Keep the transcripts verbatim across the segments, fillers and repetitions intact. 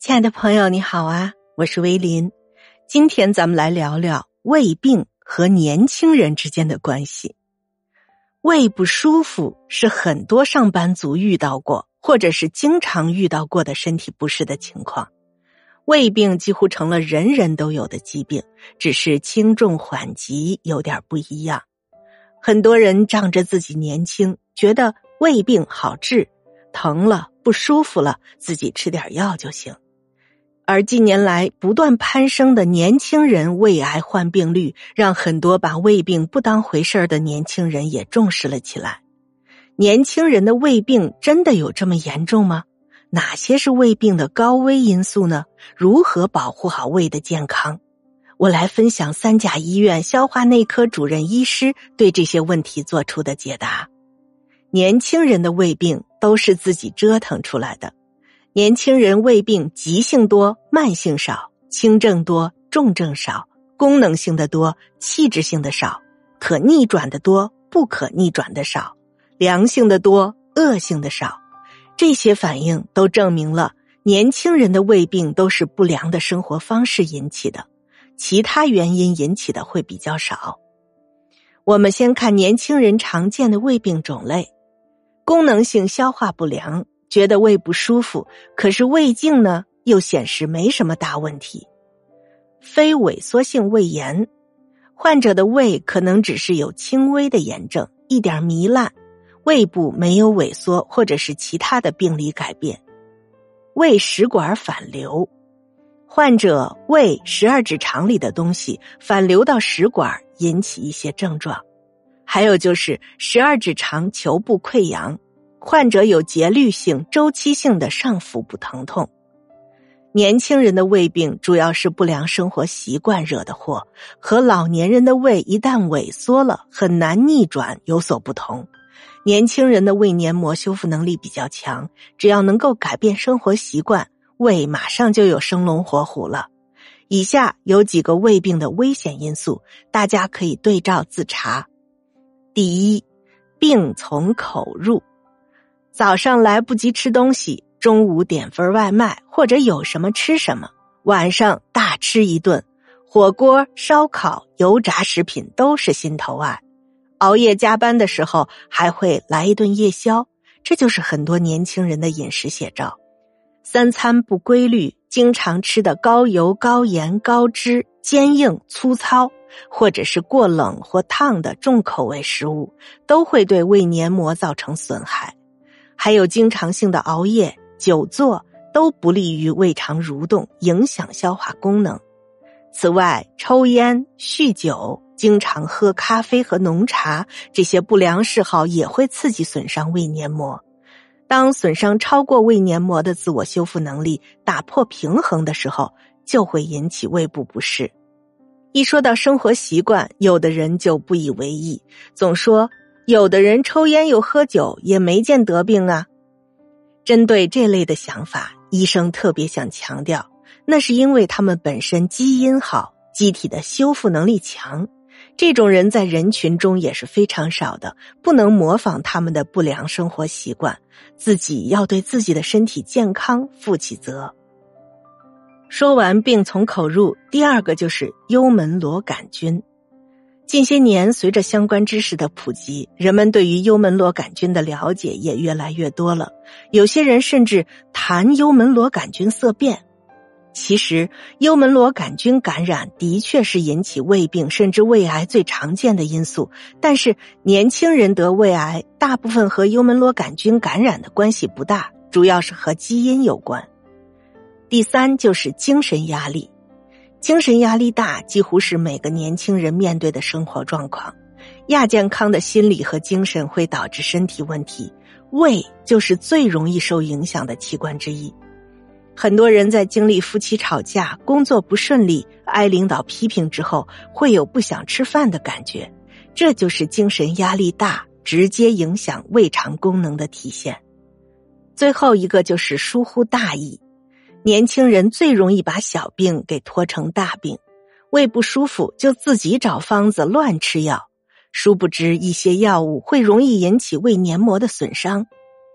亲爱的朋友你好啊，我是薇琳。今天咱们来聊聊胃病和年轻人之间的关系。胃不舒服是很多上班族遇到过或者是经常遇到过的身体不适的情况。胃病几乎成了人人都有的疾病，只是轻重缓急有点不一样。很多人仗着自己年轻，觉得胃病好治，疼了不舒服了自己吃点药就行。而近年来不断攀升的年轻人胃癌患病率，让很多把胃病不当回事的年轻人也重视了起来。年轻人的胃病真的有这么严重吗？哪些是胃病的高危因素呢？如何保护好胃的健康？我来分享三甲医院消化内科主任医师对这些问题做出的解答。年轻人的胃病都是自己折腾出来的。年轻人胃病急性多，慢性少，轻症多，重症少，功能性的多，器质性的少，可逆转的多，不可逆转的少，良性的多，恶性的少。这些反应都证明了年轻人的胃病都是不良的生活方式引起的，其他原因引起的会比较少。我们先看年轻人常见的胃病种类。功能性消化不良，觉得胃不舒服，可是胃镜呢又显示没什么大问题。非萎缩性胃炎，患者的胃可能只是有轻微的炎症，一点糜烂，胃部没有萎缩或者是其他的病理改变。胃食管反流，患者胃十二指肠里的东西反流到食管，引起一些症状。还有就是十二指肠球部溃疡，患者有节律性、周期性的上腹部疼痛。年轻人的胃病主要是不良生活习惯惹的祸，和老年人的胃一旦萎缩了很难逆转有所不同。年轻人的胃黏膜修复能力比较强，只要能够改变生活习惯，胃马上就有生龙活虎了。以下有几个胃病的危险因素，大家可以对照自查。第一，病从口入。早上来不及吃东西，中午点份外卖，或者有什么吃什么，晚上大吃一顿，火锅、烧烤、油炸食品都是心头爱。熬夜加班的时候还会来一顿夜宵，这就是很多年轻人的饮食写照。三餐不规律，经常吃的高油、高盐、高脂、坚硬、粗糙，或者是过冷或烫的重口味食物，都会对胃黏膜造成损害。还有经常性的熬夜、久坐都不利于胃肠蠕动，影响消化功能。此外，抽烟、酗酒、经常喝咖啡和浓茶，这些不良嗜好也会刺激损伤胃黏膜。当损伤超过胃黏膜的自我修复能力，打破平衡的时候，就会引起胃部不适。一说到生活习惯，有的人就不以为意，总说有的人抽烟又喝酒也没见得病啊。针对这类的想法，医生特别想强调，那是因为他们本身基因好，机体的修复能力强。这种人在人群中也是非常少的，不能模仿他们的不良生活习惯，自己要对自己的身体健康负起责。说完病从口入，第二个就是幽门螺杆菌。近些年随着相关知识的普及，人们对于幽门螺杆菌的了解也越来越多了，有些人甚至谈幽门螺杆菌色变。其实幽门螺杆菌感染的确是引起胃病甚至胃癌最常见的因素，但是年轻人得胃癌大部分和幽门螺杆菌感染的关系不大，主要是和基因有关。第三就是精神压力。精神压力大几乎是每个年轻人面对的生活状况。亚健康的心理和精神会导致身体问题，胃就是最容易受影响的器官之一。很多人在经历夫妻吵架、工作不顺利、挨领导批评之后，会有不想吃饭的感觉，这就是精神压力大，直接影响胃肠功能的体现。最后一个就是疏忽大意。年轻人最容易把小病给拖成大病，胃不舒服就自己找方子乱吃药，殊不知一些药物会容易引起胃黏膜的损伤。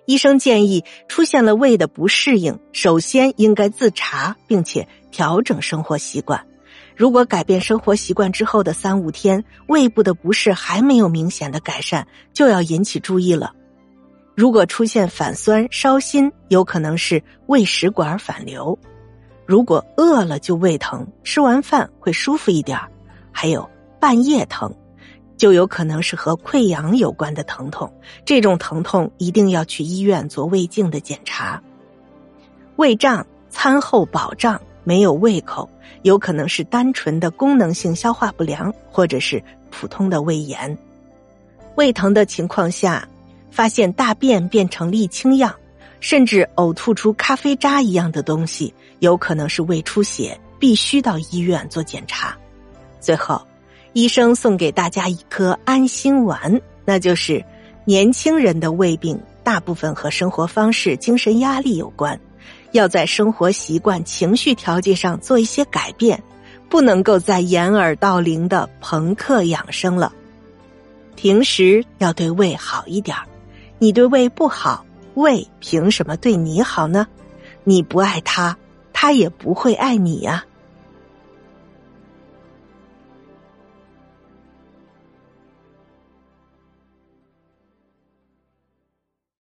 医生建议出现了胃的不适应，首先应该自查，并且调整生活习惯。如果改变生活习惯之后的三五天，胃部的不适还没有明显的改善，就要引起注意了。如果出现反酸、烧心，有可能是胃食管反流。如果饿了就胃疼，吃完饭会舒服一点，还有半夜疼，就有可能是和溃疡有关的疼痛，这种疼痛一定要去医院做胃镜的检查。胃胀、餐后饱胀、没有胃口，有可能是单纯的功能性消化不良，或者是普通的胃炎。胃疼的情况下，发现大便变成沥青样，甚至呕吐出咖啡渣一样的东西，有可能是胃出血，必须到医院做检查。最后，医生送给大家一颗安心丸，那就是年轻人的胃病大部分和生活方式、精神压力有关，要在生活习惯、情绪调节上做一些改变，不能够再掩耳盗铃的朋克养生了。平时要对胃好一点，你对胃不好，胃凭什么对你好呢？你不爱它，它也不会爱你呀。